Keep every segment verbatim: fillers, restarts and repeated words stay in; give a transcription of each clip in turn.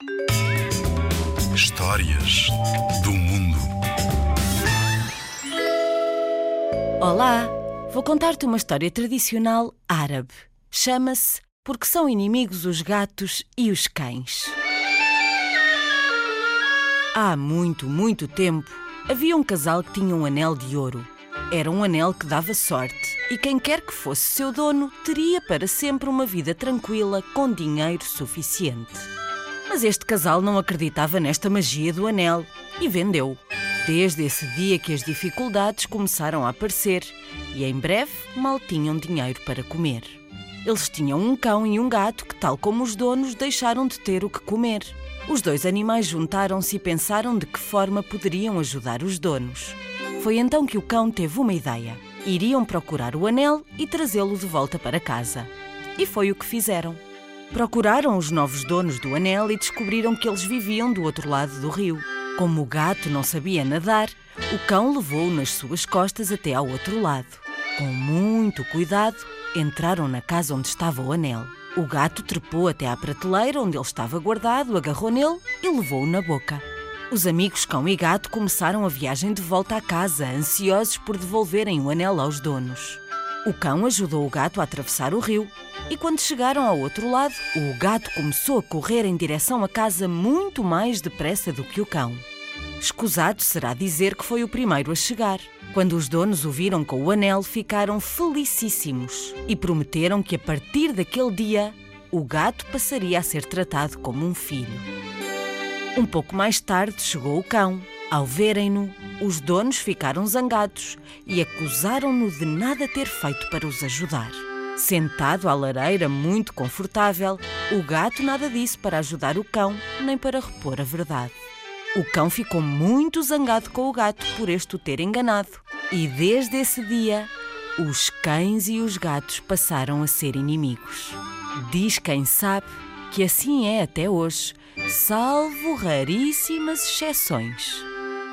Histórias do mundo. Olá! Vou contar-te uma história tradicional árabe. Chama-se Porque São Inimigos os Gatos e os Cães. Há muito, muito tempo, havia um casal que tinha um anel de ouro. Era um anel que dava sorte e quem quer que fosse seu dono teria para sempre uma vida tranquila com dinheiro suficiente. Mas este casal não acreditava nesta magia do anel e vendeu. Desde esse dia que as dificuldades começaram a aparecer e em breve mal tinham dinheiro para comer. Eles tinham um cão e um gato que, tal como os donos, deixaram de ter o que comer. Os dois animais juntaram-se e pensaram de que forma poderiam ajudar os donos. Foi então que o cão teve uma ideia. Iriam procurar o anel e trazê-lo de volta para casa. E foi o que fizeram. Procuraram os novos donos do anel e descobriram que eles viviam do outro lado do rio. Como o gato não sabia nadar, o cão levou-o nas suas costas até ao outro lado. Com muito cuidado, entraram na casa onde estava o anel. O gato trepou até à prateleira onde ele estava guardado, agarrou nele e levou-o na boca. Os amigos cão e gato começaram a viagem de volta à casa, ansiosos por devolverem o anel aos donos. O cão ajudou o gato a atravessar o rio e quando chegaram ao outro lado, o gato começou a correr em direção à casa muito mais depressa do que o cão. Escusado será dizer que foi o primeiro a chegar. Quando os donos o viram com o anel, ficaram felicíssimos e prometeram que a partir daquele dia, o gato passaria a ser tratado como um filho. Um pouco mais tarde chegou o cão. Ao verem-no, os donos ficaram zangados e acusaram-no de nada ter feito para os ajudar. Sentado à lareira, muito confortável, o gato nada disse para ajudar o cão, nem para repor a verdade. O cão ficou muito zangado com o gato por este o ter enganado. E desde esse dia, os cães e os gatos passaram a ser inimigos. Diz quem sabe que assim é até hoje, salvo raríssimas exceções.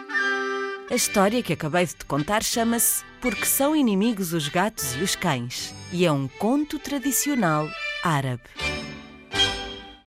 A história que acabei de te contar chama-se Porque São Inimigos os Gatos e os Cães e é um conto tradicional árabe.